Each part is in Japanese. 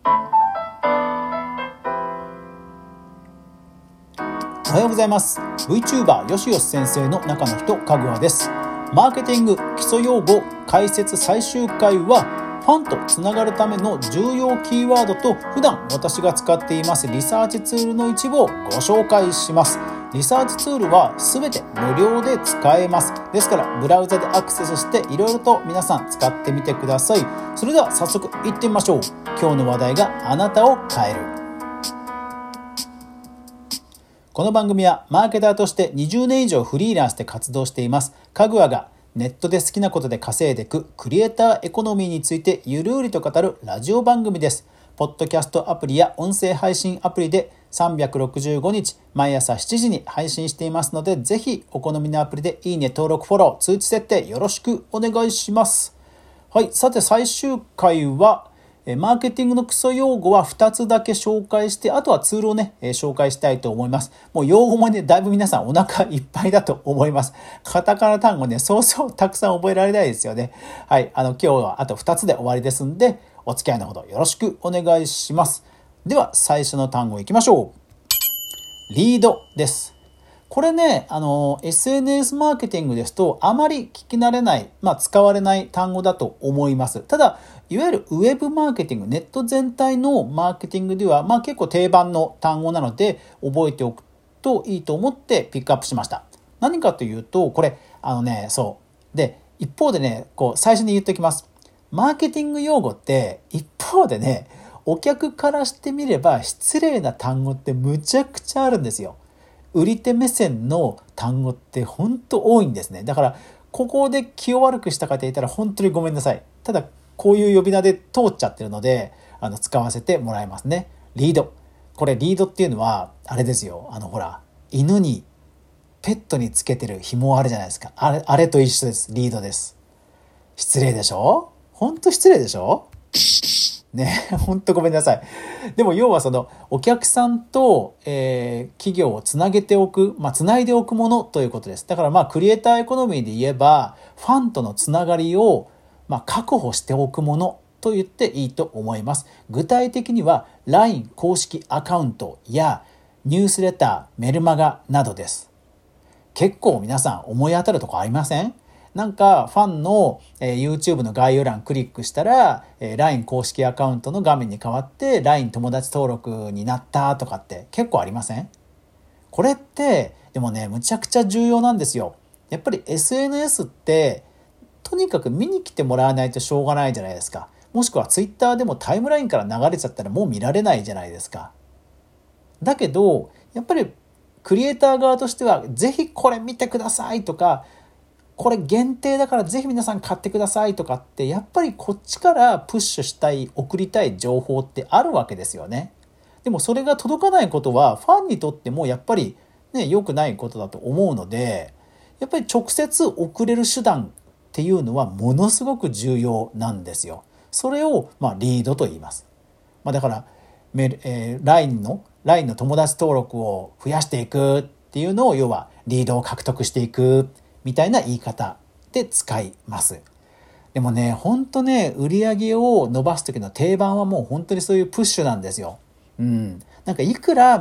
おはようございます。 VTuber よしよし先生の中の人、かぐわです。マーケティング基礎用語解説最終回は、ファンとつながるための重要キーワードと普段私が使っていますリサーチツールの一部をご紹介します。リサーチツールは全て無料で使えます。ですからブラウザでアクセスしていろいろと皆さん使ってみてください。それでは早速行ってみましょう。今日の話題があなたを変える。この番組はマーケターとして20年以上フリーランスで活動していますかぐわが、ネットで好きなことで稼いでいくクリエイターエコノミーについてゆるりと語るラジオ番組です。ポッドキャストアプリや音声配信アプリで365日毎朝7時に配信していますので、ぜひお好みのアプリでいいね、登録、フォロー、通知設定よろしくお願いします。はい、さて最終回はマーケティングの基礎用語は2つだけ紹介して、あとはツールを紹介したいと思います。もう用語もだいぶ皆さんお腹いっぱいだと思います。カタカナ単語そうそうたくさん覚えられないですよね。はい、今日はあと2つで終わりですんで、お付き合いのほどよろしくお願いします。では最初の単語いきましょう。リードです。これSNS マーケティングですとあまり聞き慣れない、使われない単語だと思います。ただ、いわゆるウェブマーケティング、ネット全体のマーケティングでは、結構定番の単語なので覚えておくといいと思ってピックアップしました。何かというと、これ、で、一方で最初に言っておきます。マーケティング用語って一方でお客からしてみれば失礼な単語ってむちゃくちゃあるんですよ。売り手目線の単語って本当多いんですね。だからここで気を悪くした方いたら本当にごめんなさい。ただこういう呼び名で通っちゃってるので使わせてもらいますね。リード。これリードっていうのはあれですよ。犬にペットにつけてる紐あるじゃないですか。あれと一緒です。リードです。失礼でしょ？本当失礼でしょ？本当ごめんなさい。でも要はお客さんと、企業をつなげておく、つないでおくものということです。だからクリエイターエコノミーで言えばファンとのつながりを確保しておくものと言っていいと思います。具体的には LINE 公式アカウントやニュースレター、メルマガなどです。結構皆さん思い当たるとこありません？ファンの、YouTube の概要欄クリックしたら、LINE 公式アカウントの画面に変わって LINE 友達登録になったとかって結構ありません？これってでもむちゃくちゃ重要なんですよ。やっぱり SNS ってとにかく見に来てもらわないとしょうがないじゃないですか。もしくは Twitter でもタイムラインから流れちゃったらもう見られないじゃないですか。だけどやっぱりクリエイター側としてはぜひこれ見てくださいとか、これ限定だからぜひ皆さん買ってくださいとかって、やっぱりこっちからプッシュしたい、送りたい情報ってあるわけですよね。でもそれが届かないことはファンにとってもやっぱり良くないことだと思うので、やっぱり直接送れる手段っていうのはものすごく重要なんですよ。それをリードと言います。だからLINE の友達登録を増やしていくっていうのを、要はリードを獲得していくみたいな言い方で使います。でも本当売り上げを伸ばす時の定番はもう本当にそういうプッシュなんですよ。いくら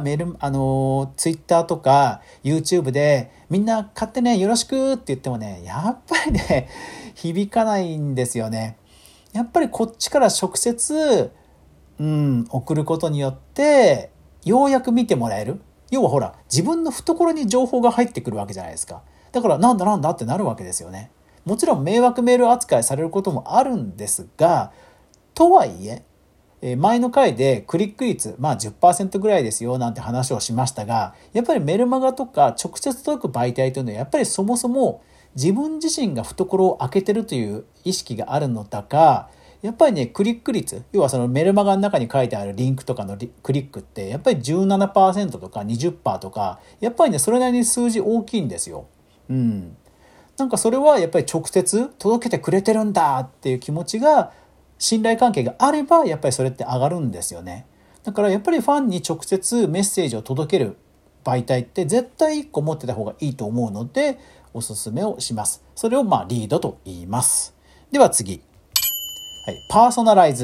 Twitter とか YouTube でみんな買ってよろしくって言ってもやっぱり響かないんですよね。やっぱりこっちから直接送ることによってようやく見てもらえる。要は自分の懐に情報が入ってくるわけじゃないですか。だからなんだってなるわけですよね。もちろん迷惑メール扱いされることもあるんですが、とはいえ前の回でクリック率10% ぐらいですよなんて話をしましたが、やっぱりメルマガとか直接届く媒体というのはやっぱりそもそも自分自身が懐を開けてるという意識があるのだか、やっぱりクリック率、要はそのメルマガの中に書いてあるリンクとかのクリックってやっぱり 17% とか 20% とか、やっぱりそれなりに数字大きいんですよ。それはやっぱり直接届けてくれてるんだっていう気持ちが、信頼関係があればやっぱりそれって上がるんですよね。だからやっぱりファンに直接メッセージを届ける媒体って絶対1個持ってた方がいいと思うのでおすすめをします。それをリードと言います。では次、パーソナライズ。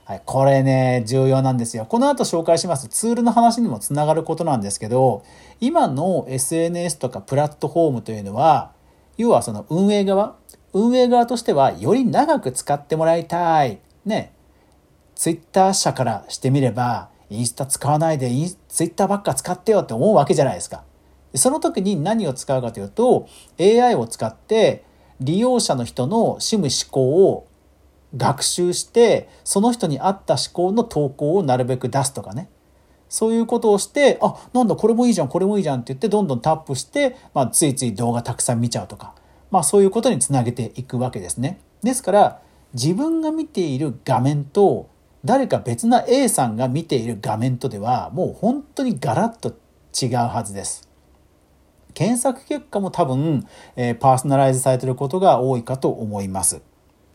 はい、これね、重要なんですよ。この後紹介しますツールの話にもつながることなんですけど、今の SNS とかプラットフォームというのは、要はその運営側としてはより長く使ってもらいたい。ね。ツイッター社からしてみれば、インスタ使わないでツイッターばっか使ってよって思うわけじゃないですか。その時に何を使うかというと、AI を使って利用者の人の趣味思考を学習して、その人に合った思考の投稿をなるべく出すとかね。そういうことをして、なんだこれもいいじゃん、これもいいじゃんって言ってどんどんタップして、ついつい動画たくさん見ちゃうとか、そういうことにつなげていくわけですね。ですから、自分が見ている画面と、誰か別な A さんが見ている画面とでは、もう本当にガラッと違うはずです。検索結果も多分、パーソナライズされていることが多いかと思います。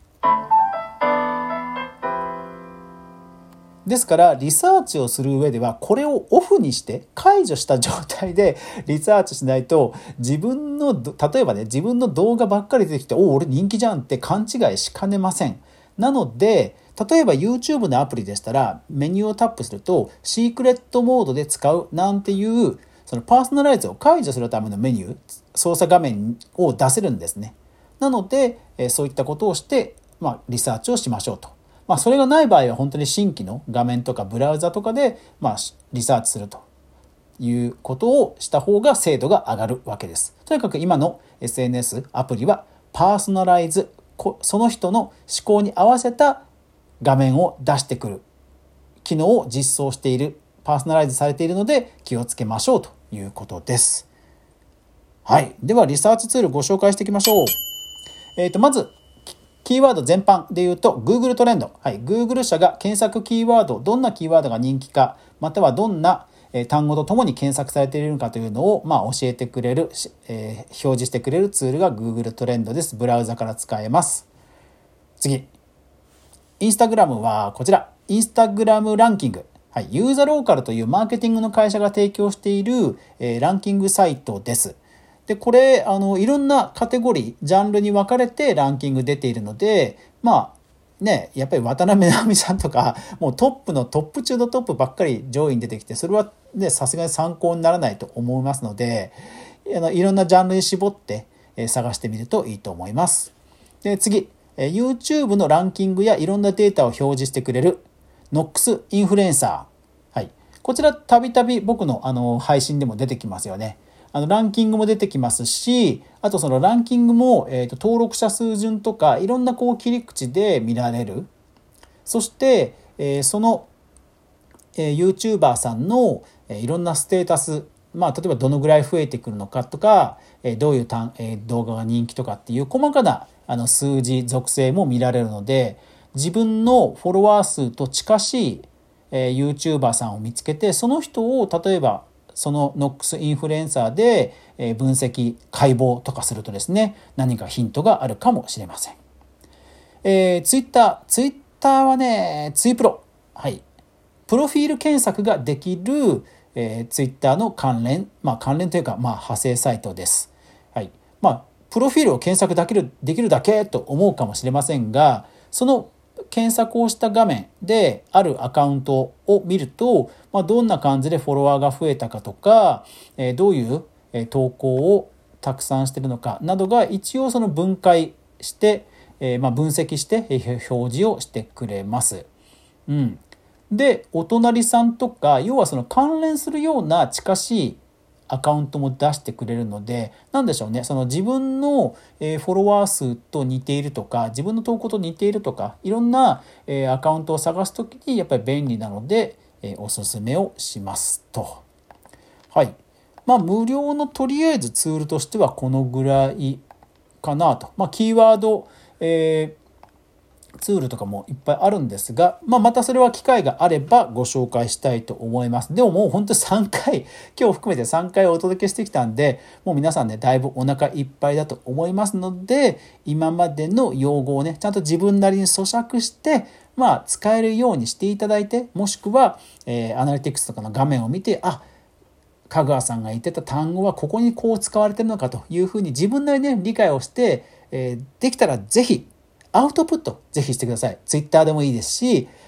ですからリサーチをする上ではこれをオフにして解除した状態でリサーチしないと、例えばね、自分の動画ばっかり出てきて俺人気じゃんって勘違いしかねません。なので例えば YouTube のアプリでしたらメニューをタップするとシークレットモードで使うなんていうそのパーソナライズを解除するためのメニュー操作画面を出せるんですね。なのでそういったことをしてリサーチをしましょうと。それがない場合は本当に新規の画面とかブラウザとかでリサーチするということをした方が精度が上がるわけです。とにかく今の SNS アプリはパーソナライズ、その人の思考に合わせた画面を出してくる機能を実装している、パーソナライズされているので気をつけましょうということです。はい。ではリサーチツールご紹介していきましょう。まずキーワード全般で言うと Google トレンド。はい。Google 社が検索キーワード、どんなキーワードが人気か、またはどんな単語とともに検索されているのかというのを教えてくれる、表示してくれるツールが Google トレンドです。ブラウザから使えます。次。Instagram はこちら。Instagram ランキング。はい。ユーザローカルというマーケティングの会社が提供している、ランキングサイトです。で、これ、いろんなカテゴリー、ジャンルに分かれてランキング出ているので、やっぱり渡辺直美さんとか、もうトップのトップ中のトップばっかり上位に出てきて、それはね、さすがに参考にならないと思いますので、いろんなジャンルに絞って探してみるといいと思います。で、次、YouTube のランキングやいろんなデータを表示してくれる Nox インフルエンサー。はい。こちら、たびたび僕の配信でも出てきますよね。ランキングも出てきますし、あとそのランキングも、登録者数順とかいろんな切り口で見られる。そして、その、YouTuber さんの、いろんなステータス、例えばどのぐらい増えてくるのかとか、どういう動画が人気とかっていう細かな数字属性も見られるので、自分のフォロワー数と近しい、YouTuber さんを見つけて、その人を例えばその Nox インフルエンサーで分析解剖とかするとですね、何かヒントがあるかもしれません。ツイッターはね、ツイプロ、はい、プロフィール検索ができる、ツイッターの関連というか派生サイトです。はい、プロフィールを検索できるだけと思うかもしれませんが、その検索をした画面であるアカウントを見ると、どんな感じでフォロワーが増えたかとか、どういう投稿をたくさんしているのかなどが一応その分解して、分析して表示をしてくれます。で、お隣さんとか、要はその関連するような近しいアカウントも出してくれるので、なんでしょうね、その自分のフォロワー数と似ているとか、自分の投稿と似ているとか、いろんなアカウントを探すときにやっぱり便利なので、おすすめをしますと。はい。無料のとりあえずツールとしてはこのぐらいかなと。キーワード、ツールとかもいっぱいあるんですが、またそれは機会があればご紹介したいと思います。でももう本当に3回、今日含めて3回お届けしてきたんで、もう皆さんね、だいぶお腹いっぱいだと思いますので、今までの用語をね、ちゃんと自分なりに咀嚼して、使えるようにしていただいて、もしくは、アナリティクスとかの画面を見て、香川さんが言ってた単語はここにこう使われてるのかというふうに自分なりにね、理解をして、できたらぜひ、アウトプットぜひしてください。ツイッターでもいいですし、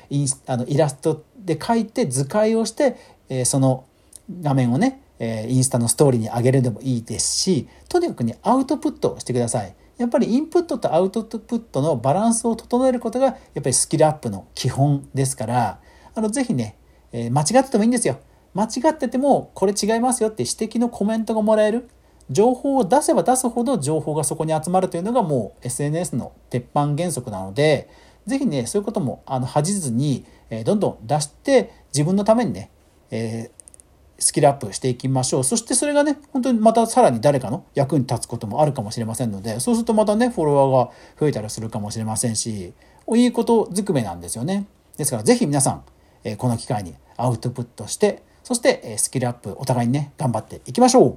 イラストで描いて図解をして、その画面をね、インスタのストーリーに上げるでもいいですし、とにかくねアウトプットをしてください。やっぱりインプットとアウトプットのバランスを整えることがやっぱりスキルアップの基本ですから、ぜひね、間違っててもいいんですよ。間違っててもこれ違いますよって指摘のコメントがもらえる。情報を出せば出すほど情報がそこに集まるというのがもう SNS の鉄板原則なので、ぜひねそういうことも恥じずにどんどん出して自分のためにね、スキルアップしていきましょう。そしてそれがね本当にまたさらに誰かの役に立つこともあるかもしれませんので、そうするとまたねフォロワーが増えたりするかもしれませんし、いいことずくめなんですよね。ですからぜひ皆さんこの機会にアウトプットして、そしてスキルアップお互いにね頑張っていきましょう。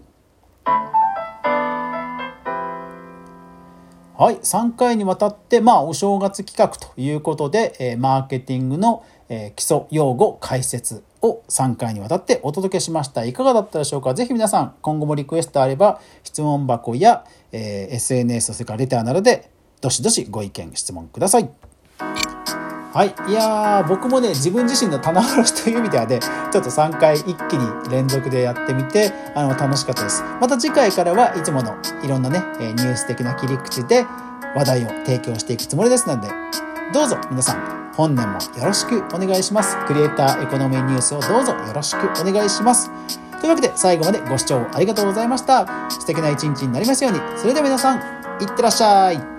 はい、3回にわたって、お正月企画ということで、マーケティングの、基礎用語解説を3回にわたってお届けしました。いかがだったでしょうか。ぜひ皆さん今後もリクエストあれば質問箱や、SNS それからレターなどでどしどしご意見質問ください。はい、いや僕もね自分自身の棚卸しという意味ではねちょっと3回一気に連続でやってみて楽しかったです。また次回からはいつものいろんなねニュース的な切り口で話題を提供していくつもりですので、どうぞ皆さん本年もよろしくお願いします。クリエイターエコノミーニュースをどうぞよろしくお願いします。というわけで最後までご視聴ありがとうございました。素敵な一日になりますように。それでは皆さんいってらっしゃい。